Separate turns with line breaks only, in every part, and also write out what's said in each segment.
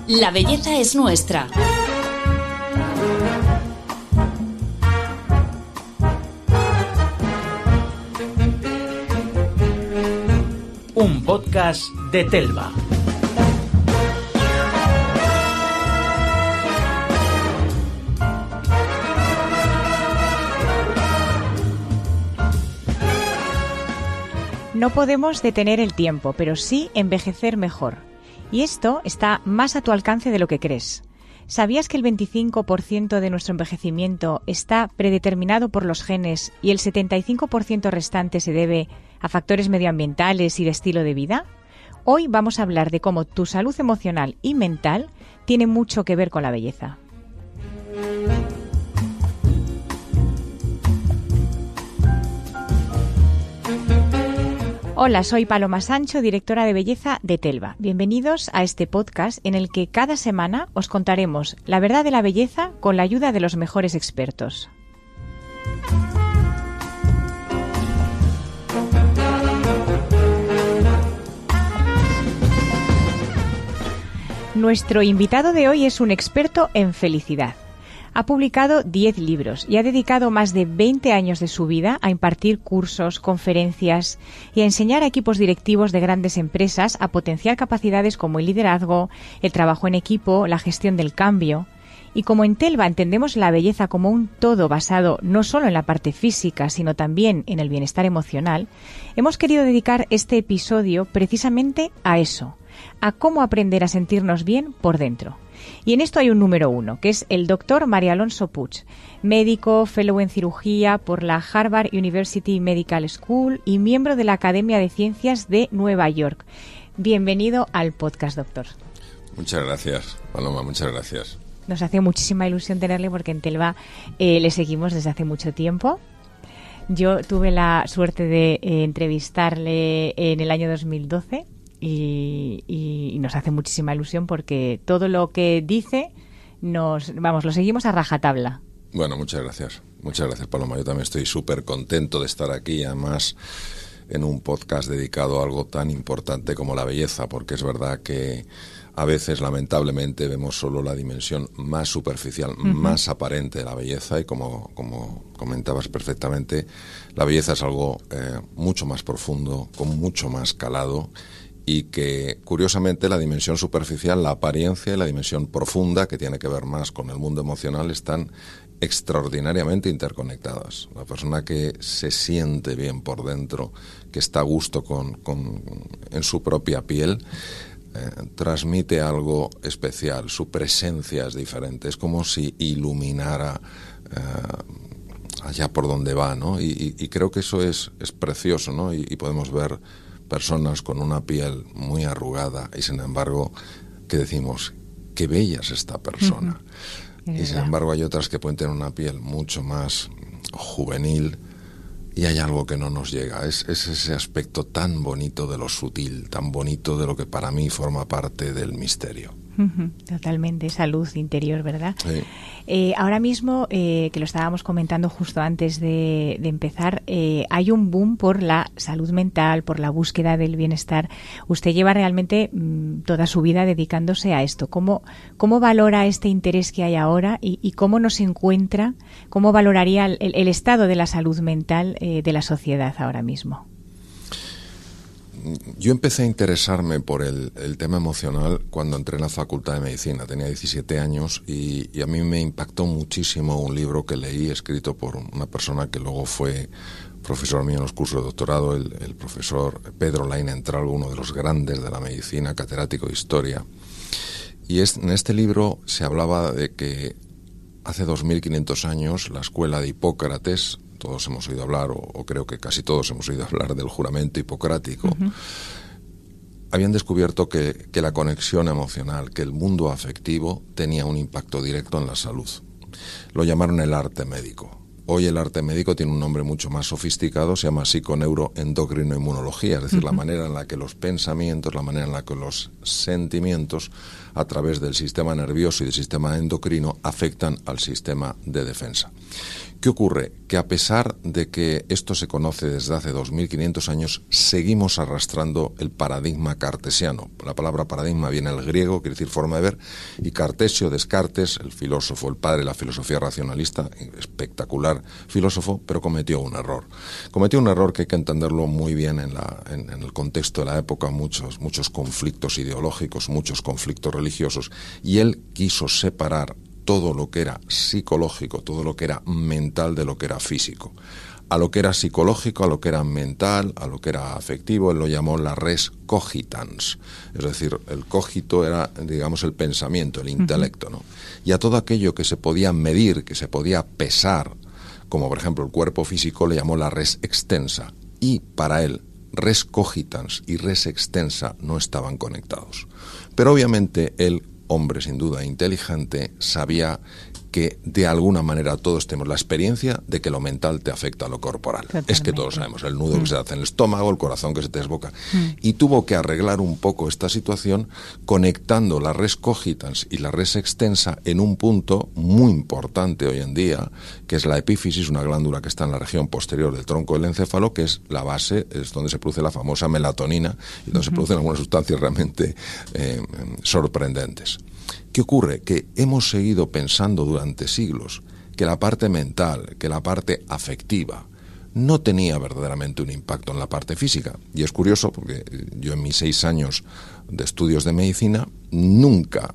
La belleza es nuestra.
Un podcast de Telva.
No podemos detener el tiempo, pero sí envejecer mejor. Y esto está más a tu alcance de lo que crees. ¿Sabías que el 25% de nuestro envejecimiento está predeterminado por los genes y el 75% restante se debe a factores medioambientales y de estilo de vida? Hoy vamos a hablar de cómo tu salud emocional y mental tiene mucho que ver con la belleza. Hola, soy Paloma Sancho, directora de belleza de Telva. Bienvenidos a este podcast en el que cada semana os contaremos la verdad de la belleza con la ayuda de los mejores expertos. Nuestro invitado de hoy es un experto en felicidad. Ha publicado 10 libros y ha dedicado más de 20 años de su vida a impartir cursos, conferencias y a enseñar a equipos directivos de grandes empresas a potenciar capacidades como el liderazgo, el trabajo en equipo, la gestión del cambio. Y como en Telva entendemos la belleza como un todo basado no solo en la parte física, sino también en el bienestar emocional, hemos querido dedicar este episodio precisamente a eso, a cómo aprender a sentirnos bien por dentro. Y en esto hay un número 1, que es el doctor María Alonso Puig, médico, fellow en cirugía por la Harvard University Medical School y miembro de la Academia de Ciencias de Nueva York. Bienvenido al podcast, doctor.
Muchas gracias, Paloma, muchas gracias.
Nos hace muchísima ilusión tenerle porque en Telva le seguimos desde hace mucho tiempo. Yo tuve la suerte de entrevistarle en el año 2012 y nos hace muchísima ilusión porque todo lo que dice lo seguimos a rajatabla.
Bueno, muchas gracias, Paloma. Yo también estoy súper contento de estar aquí, además en un podcast dedicado a algo tan importante como la belleza, porque es verdad que a veces, lamentablemente, vemos solo la dimensión más superficial, más aparente de la belleza y como comentabas perfectamente, la belleza es algo mucho más profundo, con mucho más calado y que, curiosamente, la dimensión superficial, la apariencia y la dimensión profunda, que tiene que ver más con el mundo emocional, están extraordinariamente interconectadas. La persona que se siente bien por dentro, que está a gusto en su propia piel, transmite algo especial, su presencia es diferente, es como si iluminara allá por donde va, ¿no? Y creo que eso es precioso, ¿no? Y podemos ver personas con una piel muy arrugada y sin embargo que decimos, qué bella es esta persona. Y sin embargo hay otras que pueden tener una piel mucho más juvenil y hay algo que no nos llega. Es ese aspecto tan bonito de lo sutil, tan bonito de lo que para mí forma parte del misterio.
Totalmente, esa luz interior, ¿verdad?
Sí.
Ahora mismo, que lo estábamos comentando justo antes de empezar, hay un boom por la salud mental, por la búsqueda del bienestar. Usted lleva realmente toda su vida dedicándose a esto. ¿Cómo valora este interés que hay ahora y cómo nos encuentra, cómo valoraría el estado de la salud mental de la sociedad ahora mismo?
Yo empecé a interesarme por el tema emocional cuando entré en la Facultad de Medicina. Tenía 17 años y a mí me impactó muchísimo un libro que leí escrito por una persona que luego fue profesor mío en los cursos de doctorado, el profesor Pedro Lainentral, uno de los grandes de la medicina, catedrático de historia. Y en este libro se hablaba de que hace 2500 años la escuela de Hipócrates, todos hemos oído hablar, o creo que casi todos hemos oído hablar del juramento hipocrático, habían descubierto que la conexión emocional, que el mundo afectivo tenía un impacto directo en la salud. Lo llamaron el arte médico. Hoy el arte médico tiene un nombre mucho más sofisticado, se llama psiconeuroendocrinoinmunología, es decir, la manera en la que los pensamientos, la manera en la que los sentimientos a través del sistema nervioso y del sistema endocrino afectan al sistema de defensa. ¿Qué ocurre? Que a pesar de que esto se conoce desde hace 2500 años, seguimos arrastrando el paradigma cartesiano. La palabra paradigma viene del griego, quiere decir forma de ver, y Cartesio, Descartes, el filósofo, el padre de la filosofía racionalista, espectacular filósofo, pero cometió un error. Cometió un error que hay que entenderlo muy bien en el contexto de la época, muchos conflictos ideológicos, muchos conflictos religiosos, y él quiso separar todo lo que era psicológico, todo lo que era mental de lo que era físico. A lo que era psicológico, a lo que era mental, a lo que era afectivo, él lo llamó la res cogitans. Es decir, el cogito era, digamos, el pensamiento, el intelecto, ¿no? Y a todo aquello que se podía medir, que se podía pesar, como por ejemplo el cuerpo físico, le llamó la res extensa. Y para él, res cogitans y res extensa no estaban conectados. Pero obviamente él, hombre sin duda inteligente, sabía que de alguna manera todos tenemos la experiencia de que lo mental te afecta a lo corporal. Totalmente. Es que todos sabemos, el nudo que se hace en el estómago, el corazón que se te desboca. Y tuvo que arreglar un poco esta situación conectando la res cogitans y la res extensa en un punto muy importante hoy en día, que es la epífisis, una glándula que está en la región posterior del tronco del encéfalo, que es la base, es donde se produce la famosa melatonina y donde se producen algunas sustancias realmente sorprendentes. ¿Qué ocurre? Que hemos seguido pensando durante siglos que la parte mental, que la parte afectiva, no tenía verdaderamente un impacto en la parte física. Y es curioso porque yo en mis 6 años de estudios de medicina nunca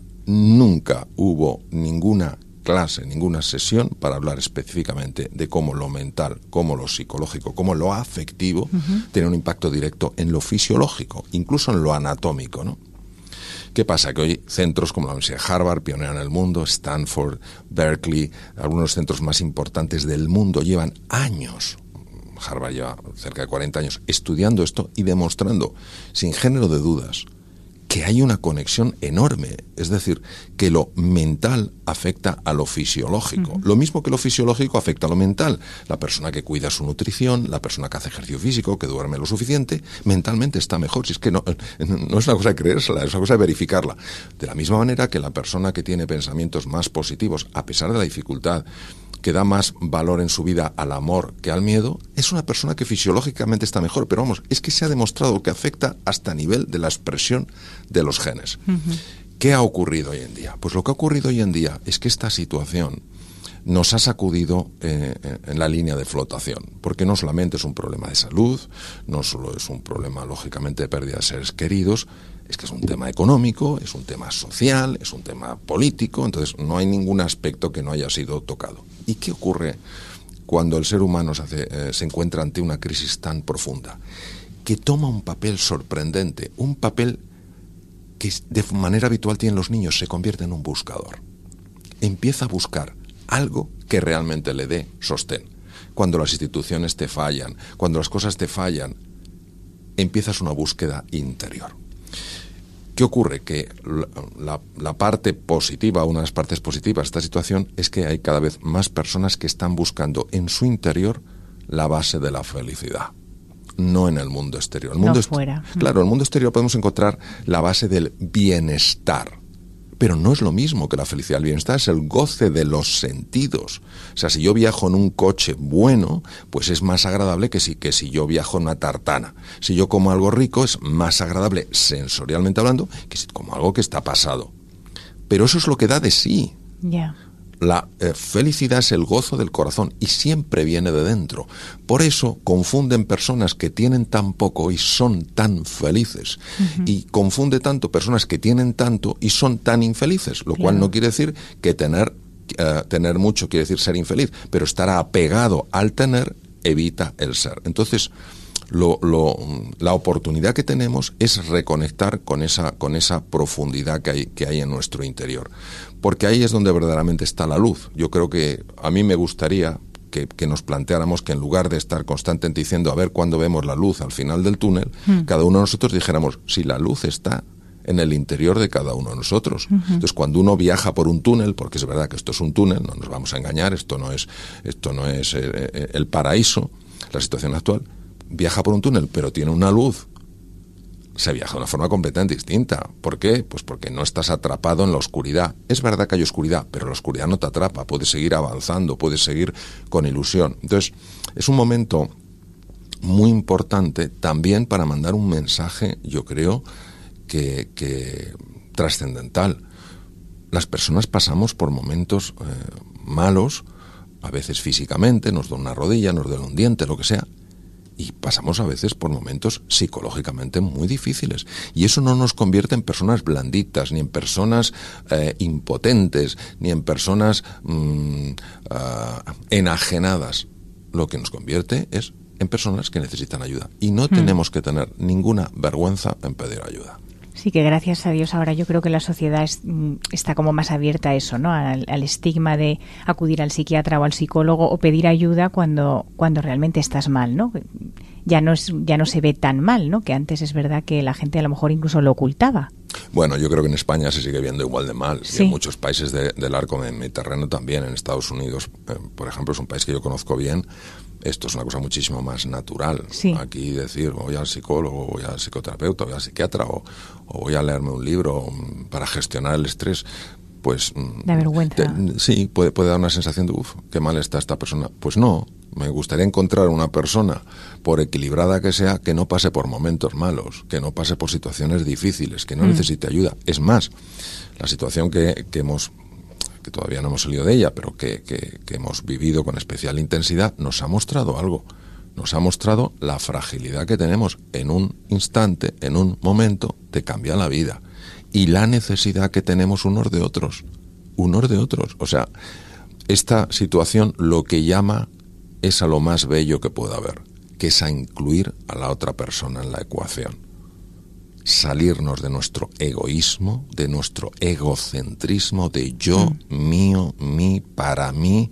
hubo ninguna clase, ninguna sesión para hablar específicamente de cómo lo mental, cómo lo psicológico, cómo lo afectivo tiene un impacto directo en lo fisiológico, incluso en lo anatómico, ¿no? ¿Qué pasa? Que hoy centros como la Universidad de Harvard, pionera en el mundo, Stanford, Berkeley, algunos de los centros más importantes del mundo llevan años, Harvard lleva cerca de 40 años, estudiando esto y demostrando, sin género de dudas, que hay una conexión enorme. Es decir, que lo mental afecta a lo fisiológico. Lo mismo que lo fisiológico afecta a lo mental. La persona que cuida su nutrición, la persona que hace ejercicio físico, que duerme lo suficiente, mentalmente está mejor. Si es que no es una cosa de creérsela, es una cosa de verificarla. De la misma manera que la persona que tiene pensamientos más positivos, a pesar de la dificultad, que da más valor en su vida al amor que al miedo, es una persona que fisiológicamente está mejor. Pero vamos, es que se ha demostrado que afecta hasta a nivel de la expresión de los genes. ¿Qué ha ocurrido hoy en día? Pues lo que ha ocurrido hoy en día es que esta situación nos ha sacudido en la línea de flotación, porque no solamente es un problema de salud, no solo es un problema, lógicamente, de pérdida de seres queridos, es que es un tema económico, es un tema social, es un tema político, entonces no hay ningún aspecto que no haya sido tocado. ¿Y qué ocurre cuando el ser humano se encuentra ante una crisis tan profunda? Que toma un papel sorprendente, un papel que de manera habitual tienen los niños, se convierte en un buscador. Empieza a buscar algo que realmente le dé sostén. Cuando las instituciones te fallan, cuando las cosas te fallan, empiezas una búsqueda interior. ¿Qué ocurre? Que la parte positiva, una de las partes positivas de esta situación es que hay cada vez más personas que están buscando en su interior la base de la felicidad, no en el mundo exterior. El mundo
fuera.
Claro, en el mundo exterior podemos encontrar la base del bienestar, pero no es lo mismo que la felicidad. El bienestar es el goce de los sentidos. O sea, si yo viajo en un coche bueno, pues es más agradable que si yo viajo en una tartana. Si yo como algo rico, es más agradable, sensorialmente hablando, que si como algo que está pasado. Pero eso es lo que da de sí.
Ya.
La felicidad es el gozo del corazón y siempre viene de dentro. Por eso confunden personas que tienen tan poco y son tan felices. Y confunde tanto personas que tienen tanto y son tan infelices. Lo cual no quiere decir que tener mucho quiere decir ser infeliz, pero estar apegado al tener evita el ser. Entonces, la oportunidad que tenemos es reconectar con esa profundidad que hay en nuestro interior, porque ahí es donde verdaderamente está la luz. Yo creo que a mí me gustaría que nos planteáramos que en lugar de estar constantemente diciendo a ver cuándo vemos la luz al final del túnel, cada uno de nosotros dijéramos si la luz está en el interior de cada uno de nosotros. Entonces, cuando uno viaja por un túnel, porque es verdad que esto es un túnel, no nos vamos a engañar, esto no es el paraíso, la situación actual, viaja por un túnel, pero tiene una luz se viaja de una forma completamente distinta. ¿Por qué? Pues porque no estás atrapado en la oscuridad. Es verdad que hay oscuridad, pero la oscuridad no te atrapa, puedes seguir avanzando, puedes seguir con ilusión. Entonces, es un momento muy importante también para mandar un mensaje, yo creo, que trascendental. Las personas pasamos por momentos malos, a veces físicamente, nos duele una rodilla, nos duele un diente, lo que sea, y pasamos a veces por momentos psicológicamente muy difíciles. Y eso no nos convierte en personas blanditas, ni en personas impotentes, ni en personas enajenadas. Lo que nos convierte es en personas que necesitan ayuda. Y no tenemos que tener ninguna vergüenza en pedir ayuda.
Sí, que gracias a Dios ahora yo creo que la sociedad está como más abierta a eso, ¿no? Al estigma de acudir al psiquiatra o al psicólogo o pedir ayuda cuando realmente estás mal, ¿no? Ya no se ve tan mal, ¿no? Que antes es verdad que la gente a lo mejor incluso lo ocultaba.
Bueno, yo creo que en España se sigue viendo igual de mal.
Sí.
Y en muchos países del arco mediterráneo también. En Estados Unidos, por ejemplo, es un país que yo conozco bien. Esto es una cosa muchísimo más natural.
Sí.
Aquí decir, voy al psicólogo, voy al psicoterapeuta, voy al psiquiatra o voy a leerme un libro para gestionar el estrés, pues...
Da vergüenza.
Sí, puede dar una sensación de, qué mal está esta persona. Pues no, me gustaría encontrar una persona, por equilibrada que sea, que no pase por momentos malos, que no pase por situaciones difíciles, que no necesite ayuda. Es más, la situación que todavía no hemos salido de ella, pero que hemos vivido con especial intensidad, nos ha mostrado algo. Nos ha mostrado la fragilidad que tenemos en un instante, en un momento, te cambia la vida. Y la necesidad que tenemos unos de otros. O sea, esta situación lo que llama es a lo más bello que pueda haber, que es a incluir a la otra persona en la ecuación. Salirnos de nuestro egoísmo, de nuestro egocentrismo, de yo, mío, mí, para mí,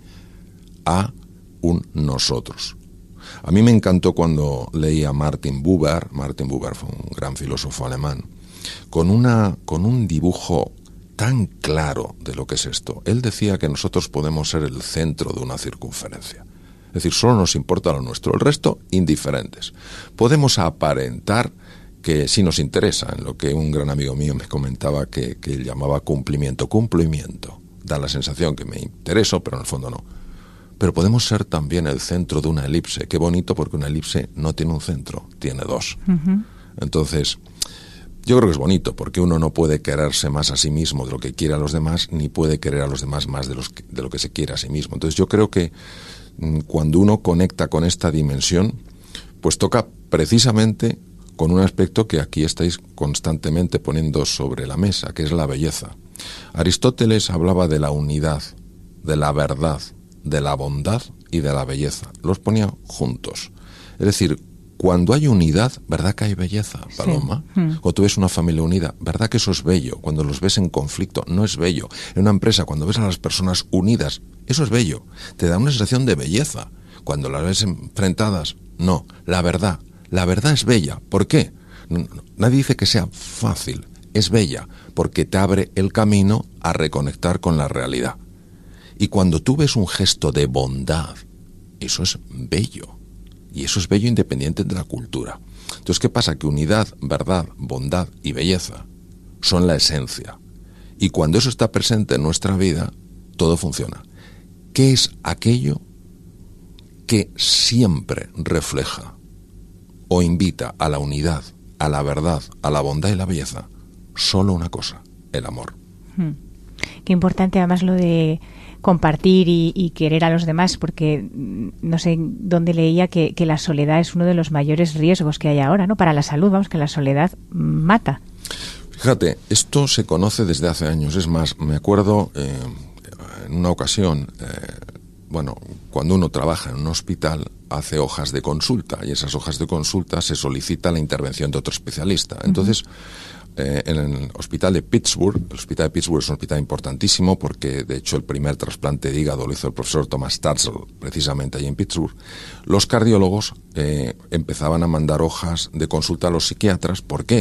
a un nosotros. A mí me encantó cuando leí a Martin Buber. Martin Buber fue un gran filósofo alemán, con un dibujo tan claro de lo que es esto. Él decía que nosotros podemos ser el centro de una circunferencia. Es decir, solo nos importa lo nuestro, el resto indiferentes. Podemos aparentar que sí nos interesa, en lo que un gran amigo mío me comentaba que él llamaba cumplimiento. Da la sensación que me intereso, pero en el fondo no. Pero podemos ser también el centro de una elipse. Qué bonito, porque una elipse no tiene un centro, tiene dos. Entonces, yo creo que es bonito, porque uno no puede quererse más a sí mismo de lo que quiere a los demás, ni puede querer a los demás más de lo que se quiere a sí mismo. Entonces yo creo que cuando uno conecta con esta dimensión, pues toca precisamente con un aspecto que aquí estáis constantemente poniendo sobre la mesa, que es la belleza. Aristóteles hablaba de la unidad, de la verdad, de la bondad y de la belleza. Los ponía juntos. Es decir, cuando hay unidad, ¿verdad que hay belleza, Paloma? Sí. Cuando tú ves una familia unida, ¿verdad que eso es bello? Cuando los ves en conflicto, no es bello. En una empresa, cuando ves a las personas unidas, eso es bello. Te da una sensación de belleza. Cuando las ves enfrentadas, no. La verdad es bella. ¿Por qué? Nadie dice que sea fácil. Es bella porque te abre el camino a reconectar con la realidad. Y cuando tú ves un gesto de bondad, eso es bello. Y eso es bello independiente de la cultura. Entonces, ¿qué pasa? Que unidad, verdad, bondad y belleza son la esencia. Y cuando eso está presente en nuestra vida, todo funciona. ¿Qué es aquello que siempre refleja o invita a la unidad, a la verdad, a la bondad y la belleza? Solo una cosa, el amor.
Qué importante además lo de compartir y querer a los demás, porque no sé dónde leía que la soledad es uno de los mayores riesgos que hay ahora, ¿no? Para la salud, vamos, que la soledad mata.
Fíjate, esto se conoce desde hace años. Es más, me acuerdo en una ocasión, cuando uno trabaja en un hospital, hace hojas de consulta, y esas hojas de consulta se solicita la intervención de otro especialista. Entonces, en el hospital de Pittsburgh es un hospital importantísimo porque, de hecho, el primer trasplante de hígado lo hizo el profesor Thomas Starzl, precisamente allí en Pittsburgh. Los cardiólogos empezaban a mandar hojas de consulta a los psiquiatras. ¿Por qué?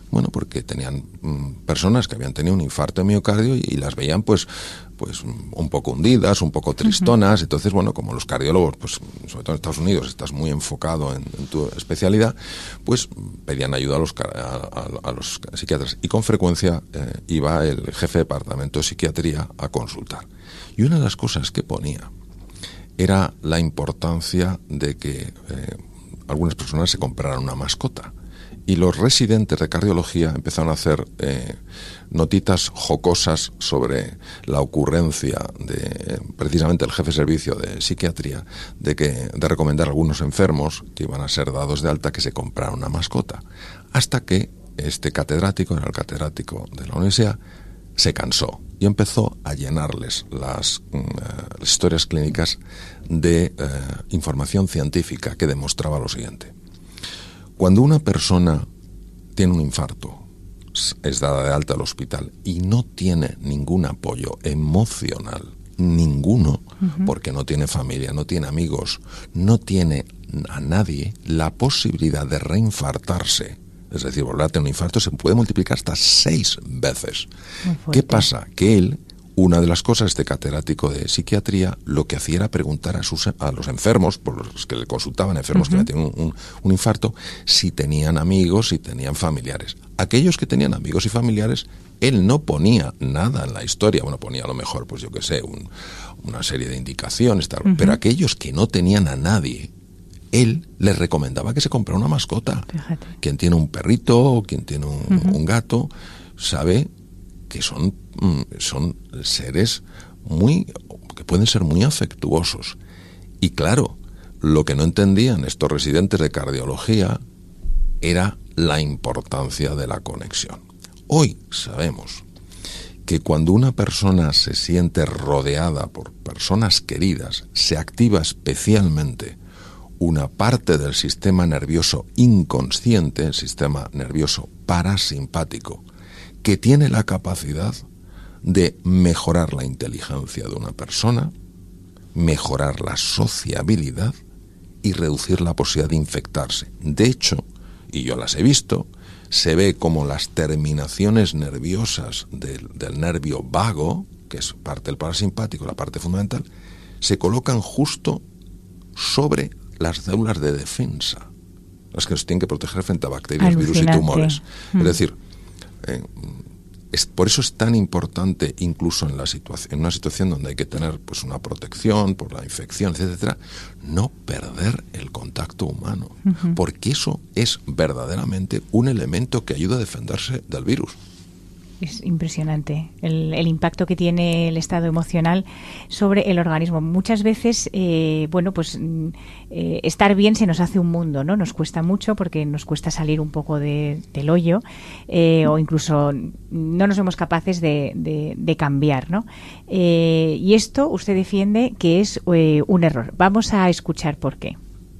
Bueno, porque tenían personas que habían tenido un infarto de miocardio y las veían pues un poco hundidas, un poco tristonas. Entonces, bueno, como los cardiólogos, pues sobre todo en Estados Unidos, estás muy enfocado en tu especialidad, pues pedían ayuda a los psiquiatras. Y con frecuencia iba el jefe de departamento de psiquiatría a consultar. Y una de las cosas que ponía era la importancia de que algunas personas se compraran una mascota. Y los residentes de cardiología empezaron a hacer notitas jocosas sobre la ocurrencia de precisamente el jefe de servicio de psiquiatría de recomendar a algunos enfermos que iban a ser dados de alta que se compraran una mascota. Hasta que este catedrático, era el catedrático de la universidad, se cansó y empezó a llenarles las historias clínicas de información científica que demostraba lo siguiente. Cuando una persona tiene un infarto, es dada de alta al hospital y no tiene ningún apoyo emocional, ninguno, porque no tiene familia, no tiene amigos, no tiene a nadie, la posibilidad de reinfartarse, es decir, volver a tener un infarto, se puede multiplicar hasta 6 veces. ¿Qué pasa? Que él, una de las cosas, este catedrático de psiquiatría, lo que hacía era preguntar a los enfermos, por los que le consultaban, enfermos que habían tenido un infarto, si tenían amigos, si tenían familiares. Aquellos que tenían amigos y familiares, él no ponía nada en la historia. Bueno, ponía a lo mejor, pues yo qué sé, una serie de indicaciones, tal, pero aquellos que no tenían a nadie, él les recomendaba que se comprara una mascota. Fíjate. Quien tiene un perrito o quien tiene un gato sabe que son seres que pueden ser muy afectuosos. Y claro, lo que no entendían estos residentes de cardiología era la importancia de la conexión. Hoy sabemos que cuando una persona se siente rodeada por personas queridas, se activa especialmente una parte del sistema nervioso inconsciente, el sistema nervioso parasimpático, que tiene la capacidad de mejorar la inteligencia de una persona, mejorar la sociabilidad y reducir la posibilidad de infectarse. De hecho, y yo las he visto, se ve como las terminaciones nerviosas del nervio vago, que es parte del parasimpático, la parte fundamental, se colocan justo sobre las células de defensa, las que nos tienen que proteger frente a bacterias, virus y tumores. Es decir, por eso es tan importante, incluso en una situación donde hay que tener pues una protección por la infección, etcétera, no perder el contacto humano, porque eso es verdaderamente un elemento que ayuda a defenderse del virus.
Es impresionante el impacto que tiene el estado emocional sobre el organismo. Muchas veces, estar bien se nos hace un mundo, ¿no? Nos cuesta mucho porque nos cuesta salir un poco del hoyo o incluso no nos somos capaces de cambiar, ¿no? Y esto usted defiende que es un error. Vamos a escuchar por qué.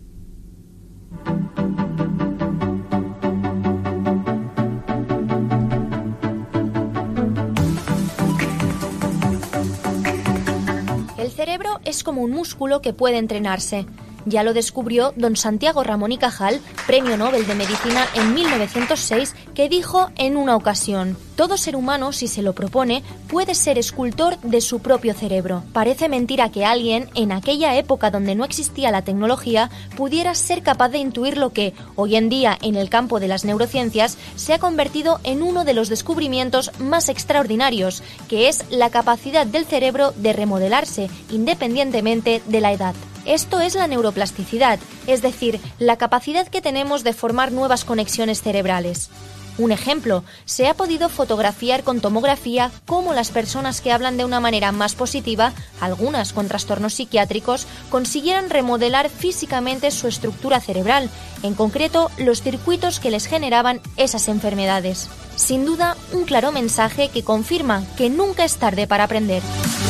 El cerebro es como un músculo que puede entrenarse. Ya lo descubrió don Santiago Ramón y Cajal, Premio Nobel de Medicina en 1906, que dijo en una ocasión: todo ser humano, si se lo propone, puede ser escultor de su propio cerebro. Parece mentira que alguien, en aquella época donde no existía la tecnología, pudiera ser capaz de intuir lo que, hoy en día, en el campo de las neurociencias, se ha convertido en uno de los descubrimientos más extraordinarios, que es la capacidad del cerebro de remodelarse, independientemente de la edad. Esto es la neuroplasticidad, es decir, la capacidad que tenemos de formar nuevas conexiones cerebrales. Un ejemplo, se ha podido fotografiar con tomografía cómo las personas que hablan de una manera más positiva, algunas con trastornos psiquiátricos, consiguieran remodelar físicamente su estructura cerebral, en concreto los circuitos que les generaban esas enfermedades. Sin duda, un claro mensaje que confirma que nunca es tarde para aprender.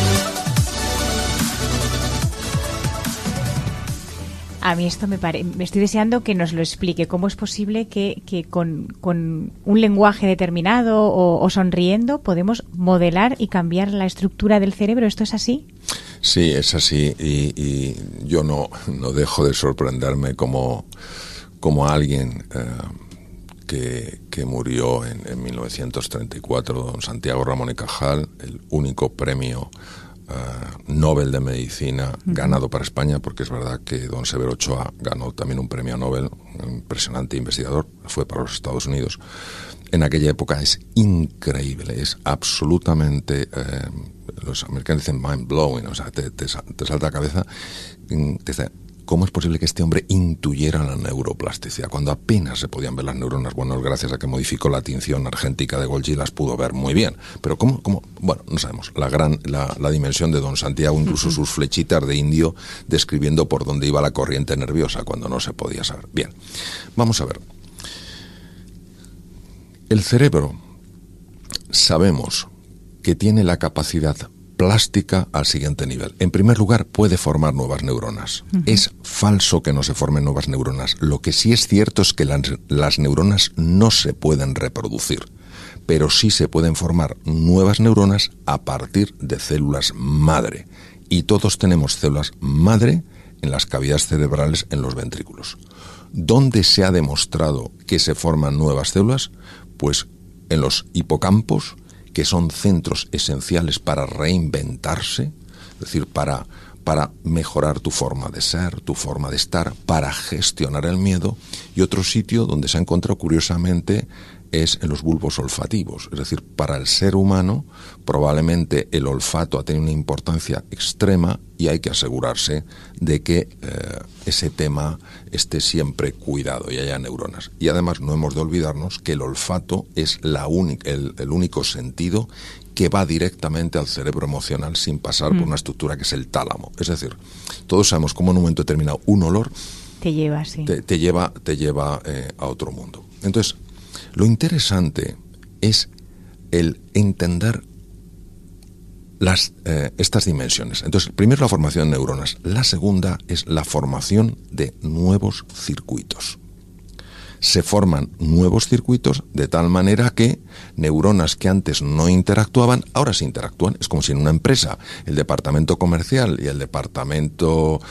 A mí esto me estoy deseando que nos lo explique. ¿Cómo es posible que con un lenguaje determinado o sonriendo podemos modelar y cambiar la estructura del cerebro? ¿Esto es así?
Sí, es así. Y yo no dejo de sorprenderme como alguien que murió en 1934, don Santiago Ramón y Cajal, el único premio Nobel de Medicina ganado para España, porque es verdad que don Severo Ochoa ganó también un premio Nobel, un impresionante investigador, fue para los Estados Unidos. En aquella época es increíble, es absolutamente, los americanos dicen mind-blowing, o sea, te salta la cabeza. ¿Cómo es posible que este hombre intuyera la neuroplasticidad cuando apenas se podían ver las neuronas? Bueno, gracias a que modificó la tinción argéntica de Golgi las pudo ver muy bien. Pero ¿cómo? Bueno, no sabemos. La dimensión de don Santiago, incluso sus flechitas de indio describiendo por dónde iba la corriente nerviosa cuando no se podía saber. Bien, vamos a ver. El cerebro, sabemos que tiene la capacidad plástica al siguiente nivel. En primer lugar, puede formar nuevas neuronas. Es falso que no se formen nuevas neuronas. Lo que sí es cierto es que las neuronas no se pueden reproducir, pero sí se pueden formar nuevas neuronas a partir de células madre. Y todos tenemos células madre en las cavidades cerebrales, en los ventrículos. ¿Dónde se ha demostrado que se forman nuevas células? Pues en los hipocampos, que son centros esenciales para reinventarse, es decir, para mejorar tu forma de ser, tu forma de estar, para gestionar el miedo. Y otro sitio donde se ha encontrado curiosamente es en los bulbos olfativos. Es decir, para el ser humano probablemente el olfato ha tenido una importancia extrema y hay que asegurarse de que ese tema esté siempre cuidado y haya neuronas. Y además no hemos de olvidarnos que el olfato es el único sentido que va directamente al cerebro emocional sin pasar por una estructura que es el tálamo. Es decir, todos sabemos cómo en un momento determinado un olor
te lleva, sí.
te lleva a otro mundo. Entonces, lo interesante es el entender estas dimensiones. Entonces, primero la formación de neuronas. La segunda es la formación de nuevos circuitos. Se forman nuevos circuitos de tal manera que neuronas que antes no interactuaban, ahora sí interactúan. Es como si en una empresa el departamento comercial y el departamento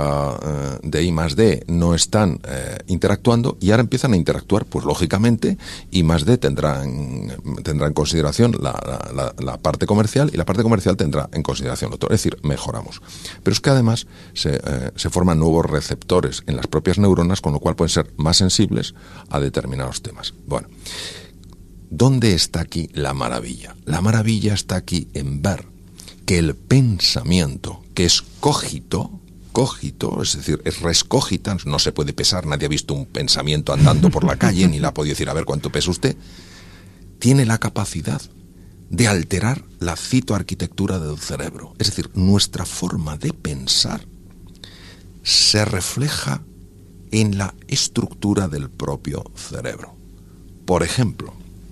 de I+D no están interactuando y ahora empiezan a interactuar, pues lógicamente I+D tendrá en consideración la parte comercial y la parte comercial tendrá en consideración lo otro. Es decir, mejoramos. Pero es que además se forman nuevos receptores en las propias neuronas, con lo cual pueden ser más sensibles a determinados temas. Bueno, ¿dónde está aquí la maravilla? La maravilla está aquí en ver que el pensamiento, que es cogito, es decir, es res cogita, no se puede pesar, nadie ha visto un pensamiento andando por la calle, ni le ha podido decir a ver cuánto pesa usted, tiene la capacidad de alterar la citoarquitectura del cerebro. Es decir, nuestra forma de pensar se refleja en la estructura del propio cerebro. Por ejemplo,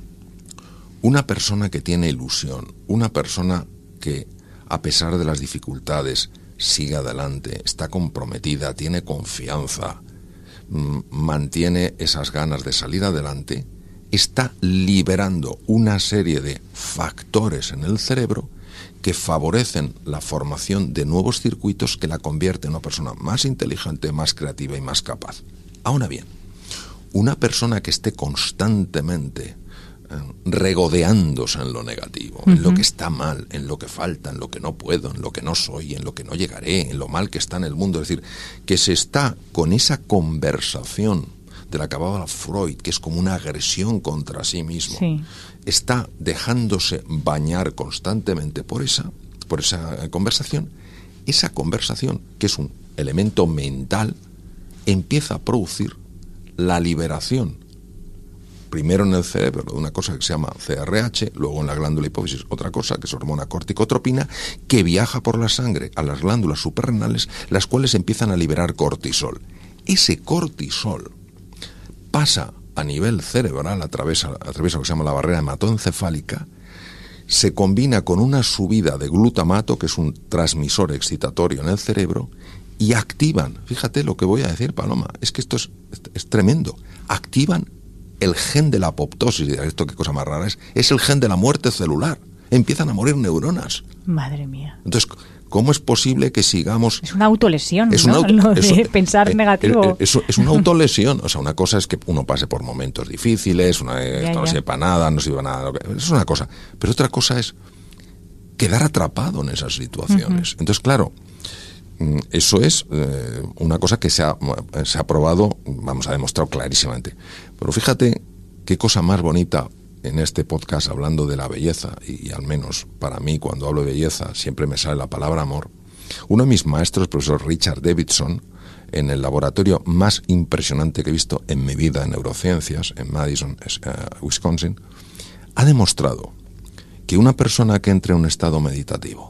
una persona que tiene ilusión, una persona que, a pesar de las dificultades, sigue adelante, está comprometida, tiene confianza, mantiene esas ganas de salir adelante, está liberando una serie de factores en el cerebro que favorecen la formación de nuevos circuitos que la convierten en una persona más inteligente, más creativa y más capaz. Ahora bien, una persona que esté constantemente regodeándose en lo negativo, en lo que está mal, en lo que falta, en lo que no puedo, en lo que no soy, en lo que no llegaré, en lo mal que está en el mundo, es decir, que se está con esa conversación de la que hablaba Freud, que es como una agresión contra sí mismo, sí, está dejándose bañar constantemente por esa conversación. Esa conversación, que es un elemento mental, empieza a producir la liberación, primero en el cerebro, de una cosa que se llama CRH, luego en la glándula hipófisis otra cosa, que es hormona corticotropina, que viaja por la sangre a las glándulas suprarrenales, las cuales empiezan a liberar cortisol. Ese cortisol pasa a nivel cerebral, atraviesa lo que se llama la barrera hematoencefálica, se combina con una subida de glutamato, que es un transmisor excitatorio en el cerebro, y activan, fíjate lo que voy a decir, Paloma, es que esto es tremendo, activan el gen de la apoptosis. Esto qué cosa más rara es el gen de la muerte celular. Empiezan a morir neuronas.
Madre mía.
Entonces, ¿Cómo es posible que sigamos...?
Es una autolesión, ¿no? Pensar negativo.
Es una autolesión. O sea, una cosa es que uno pase por momentos difíciles, no sepa nada, no sirva nada. Eso es una cosa. Pero otra cosa es quedar atrapado en esas situaciones. Uh-huh. Entonces, claro, eso es una cosa que se ha probado, ha demostrado clarísimamente. Pero fíjate qué cosa más bonita en este podcast hablando de la belleza, y al menos para mí cuando hablo de belleza siempre me sale la palabra amor. Uno de mis maestros, el profesor Richard Davidson, en el laboratorio más impresionante que he visto en mi vida en neurociencias, en Madison, Wisconsin, ha demostrado que una persona que entre en un estado meditativo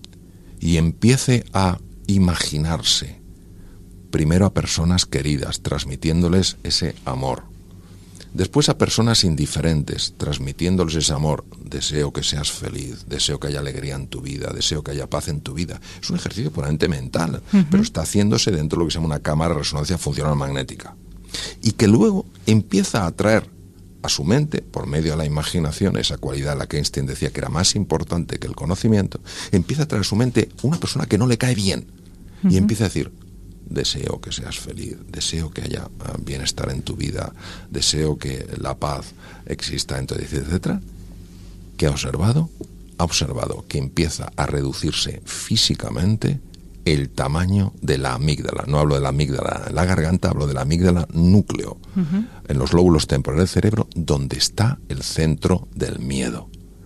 y empiece a imaginarse primero a personas queridas, transmitiéndoles ese amor, después a personas indiferentes, transmitiéndoles ese amor, deseo que seas feliz, deseo que haya alegría en tu vida, deseo que haya paz en tu vida. Es un ejercicio puramente mental, pero está haciéndose dentro de lo que se llama una cámara de resonancia funcional magnética. Y que luego empieza a atraer a su mente, por medio de la imaginación, esa cualidad la que Einstein decía que era más importante que el conocimiento, empieza a atraer a su mente una persona que no le cae bien. Y empieza a decir, deseo que seas feliz, deseo que haya bienestar en tu vida, deseo que la paz exista en tu vida, etcétera. ¿Qué ha observado? Ha observado que empieza a reducirse físicamente el tamaño de la amígdala. No hablo de la amígdala en la garganta, hablo de la amígdala núcleo, en los lóbulos temporales del cerebro, donde está el centro del miedo.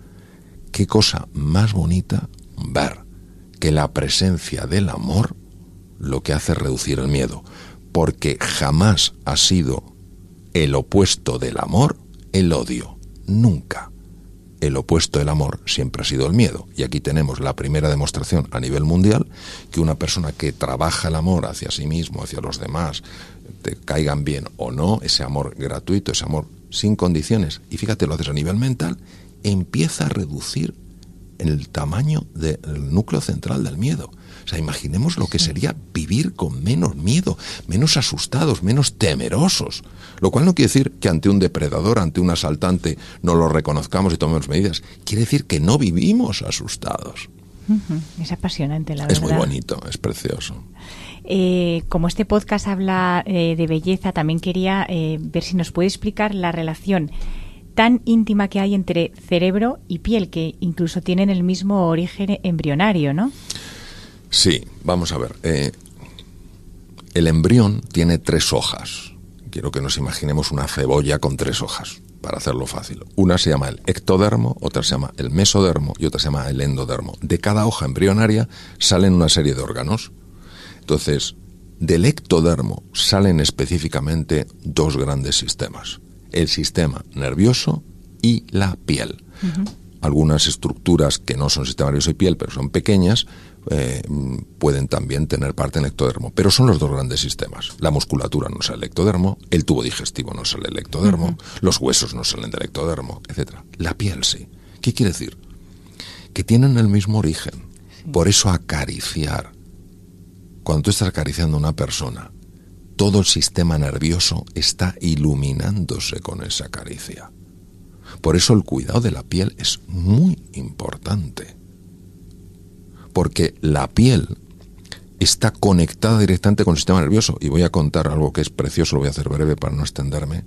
Qué cosa más bonita ver que la presencia del amor lo que hace es reducir el miedo, porque jamás ha sido el opuesto del amor el odio, nunca. El opuesto del amor siempre ha sido el miedo, y aquí tenemos la primera demostración a nivel mundial que una persona que trabaja el amor hacia sí mismo, hacia los demás, te caigan bien o no, ese amor gratuito, ese amor sin condiciones, y fíjate, lo haces a nivel mental, empieza a reducir el tamaño del núcleo central del miedo. O sea, imaginemos lo que sería vivir con menos miedo, menos asustados, menos temerosos. Lo cual no quiere decir que ante un depredador, ante un asaltante, no lo reconozcamos y tomemos medidas. Quiere decir que no vivimos asustados.
Es apasionante, la verdad.
Es muy bonito, es precioso.
Como este podcast habla de belleza, también quería ver si nos puede explicar la relación tan íntima que hay entre cerebro y piel, que incluso tienen el mismo origen embrionario, ¿no?
Sí, vamos a ver. El embrión tiene 3 hojas. Quiero que nos imaginemos una cebolla con 3 hojas, para hacerlo fácil. Una se llama el ectodermo, otra se llama el mesodermo y otra se llama el endodermo. De cada hoja embrionaria salen una serie de órganos. Entonces, del ectodermo salen específicamente 2 grandes sistemas: el sistema nervioso y la piel. Algunas estructuras que no son sistema nervioso y piel, pero son pequeñas, pueden también tener parte en el ectodermo, pero son los 2 grandes sistemas. La musculatura no sale del ectodermo, el tubo digestivo no sale del ectodermo, los huesos no salen del ectodermo, etcétera. La piel sí. ¿Qué quiere decir? Que tienen el mismo origen. Por eso acariciar. Cuando tú estás acariciando a una persona, todo el sistema nervioso está iluminándose con esa caricia. Por eso el cuidado de la piel es muy importante. Porque la piel está conectada directamente con el sistema nervioso. Y voy a contar algo que es precioso, lo voy a hacer breve para no extenderme.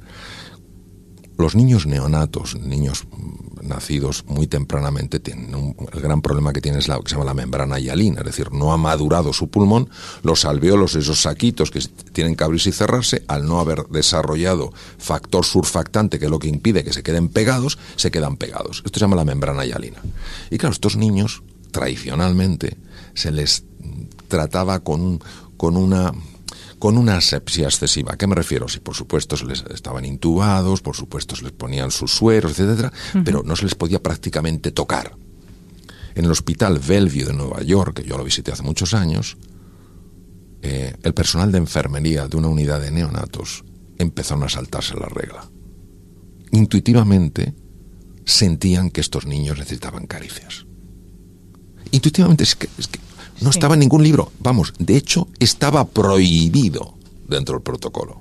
Los niños neonatos, niños nacidos muy tempranamente, tienen el gran problema que tienen es la que se llama la membrana hialina, es decir, no ha madurado su pulmón, los alvéolos, esos saquitos que tienen que abrirse y cerrarse, al no haber desarrollado factor surfactante, que es lo que impide que se queden pegados, se quedan pegados. Esto se llama la membrana hialina. Y claro, estos niños, tradicionalmente, se les trataba con una asepsia excesiva. ¿A qué me refiero? Si por supuesto se les estaban intubados, por supuesto se les ponían sus sueros, etcétera, pero no se les podía prácticamente tocar. En el hospital Bellevue de Nueva York, que yo lo visité hace muchos años, el personal de enfermería de una unidad de neonatos empezaron a saltarse la regla. Intuitivamente sentían que estos niños necesitaban caricias. Intuitivamente es que no estaba en ningún libro. Vamos, de hecho, estaba prohibido dentro del protocolo.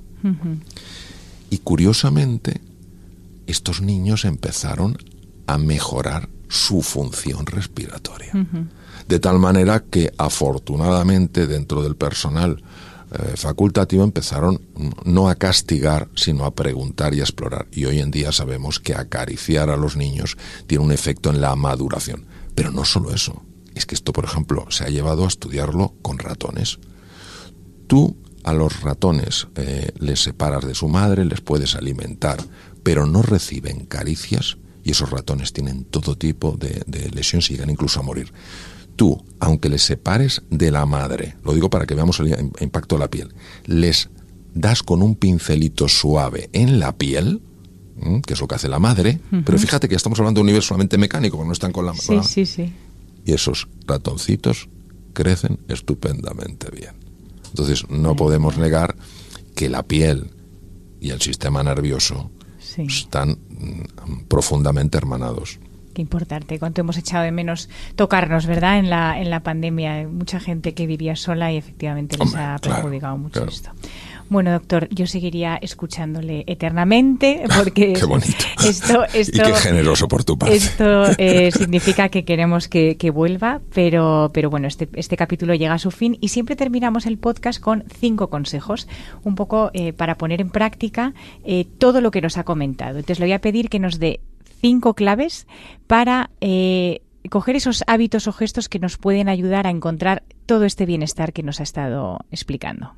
Y curiosamente, estos niños empezaron a mejorar su función respiratoria. De tal manera que, afortunadamente, dentro del personal facultativo empezaron no a castigar, sino a preguntar y a explorar. Y hoy en día sabemos que acariciar a los niños tiene un efecto en la maduración. Pero no solo eso. Es que esto, por ejemplo, se ha llevado a estudiarlo con ratones. Tú a los ratones les separas de su madre, les puedes alimentar, pero no reciben caricias, y esos ratones tienen todo tipo de lesiones y llegan incluso a morir. Tú, aunque les separes de la madre, lo digo para que veamos el impacto de la piel, les das con un pincelito suave en la piel, que es lo que hace la madre, pero fíjate que ya estamos hablando de un nivel solamente mecánico, porque no están con la madre.
Sí.
Y esos ratoncitos crecen estupendamente bien. Entonces no podemos negar que la piel y el sistema nervioso están profundamente hermanados.
Qué importante, cuánto hemos echado de menos tocarnos, ¿verdad? En la pandemia hay mucha gente que vivía sola y efectivamente les ha perjudicado mucho esto. Bueno, doctor, yo seguiría escuchándole eternamente porque
qué bonito.
Esto
y qué generoso por tu parte.
Esto significa que queremos que vuelva, pero bueno, este capítulo llega a su fin y siempre terminamos el podcast con 5 consejos, un poco para poner en práctica todo lo que nos ha comentado. Entonces le voy a pedir que nos dé 5 claves para coger esos hábitos o gestos que nos pueden ayudar a encontrar todo este bienestar que nos ha estado explicando.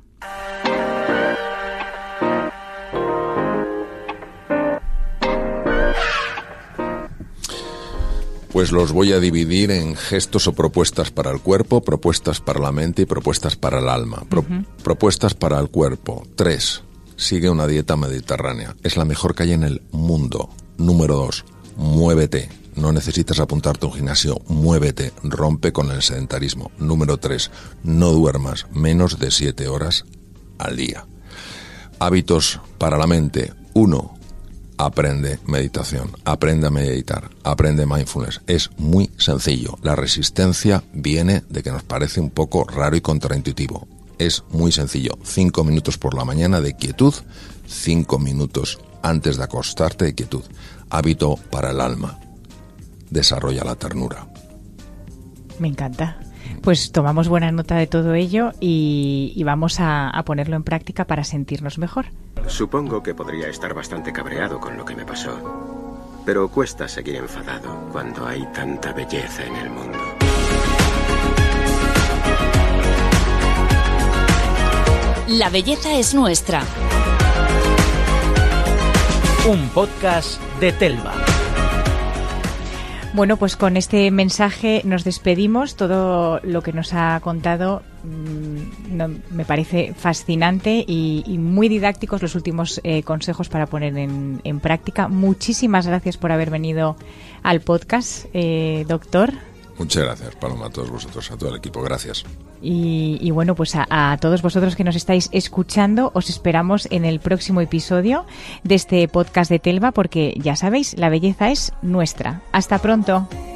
Pues los voy a dividir en gestos o propuestas para el cuerpo, propuestas para la mente y propuestas para el alma. Propuestas para el cuerpo. 3. Sigue una dieta mediterránea. Es la mejor que hay en el mundo. Número 2. Muévete. No necesitas apuntarte a un gimnasio. Muévete. Rompe con el sedentarismo. Número 3. No duermas menos de 7 horas al día. Hábitos para la mente. 1. Aprende meditación, aprende a meditar, aprende mindfulness. Es muy sencillo. La resistencia viene de que nos parece un poco raro y contraintuitivo. Es muy sencillo. 5 minutos por la mañana de quietud, 5 minutos antes de acostarte de quietud. Hábito para el alma. Desarrolla la ternura.
Me encanta. Pues tomamos buena nota de todo ello y vamos a ponerlo en práctica para sentirnos mejor.
Supongo que podría estar bastante cabreado con lo que me pasó, pero cuesta seguir enfadado cuando hay tanta belleza en el mundo.
La belleza es nuestra.
Un podcast de Telva.
Bueno, pues con este mensaje nos despedimos. Todo lo que nos ha contado me parece fascinante y muy didácticos los últimos consejos para poner en práctica. Muchísimas gracias por haber venido al podcast, doctor.
Muchas gracias, Paloma, a todos vosotros, a todo el equipo. Gracias.
Y bueno, pues a todos vosotros que nos estáis escuchando, os esperamos en el próximo episodio de este podcast de Telva, porque ya sabéis, la belleza es nuestra. Hasta pronto.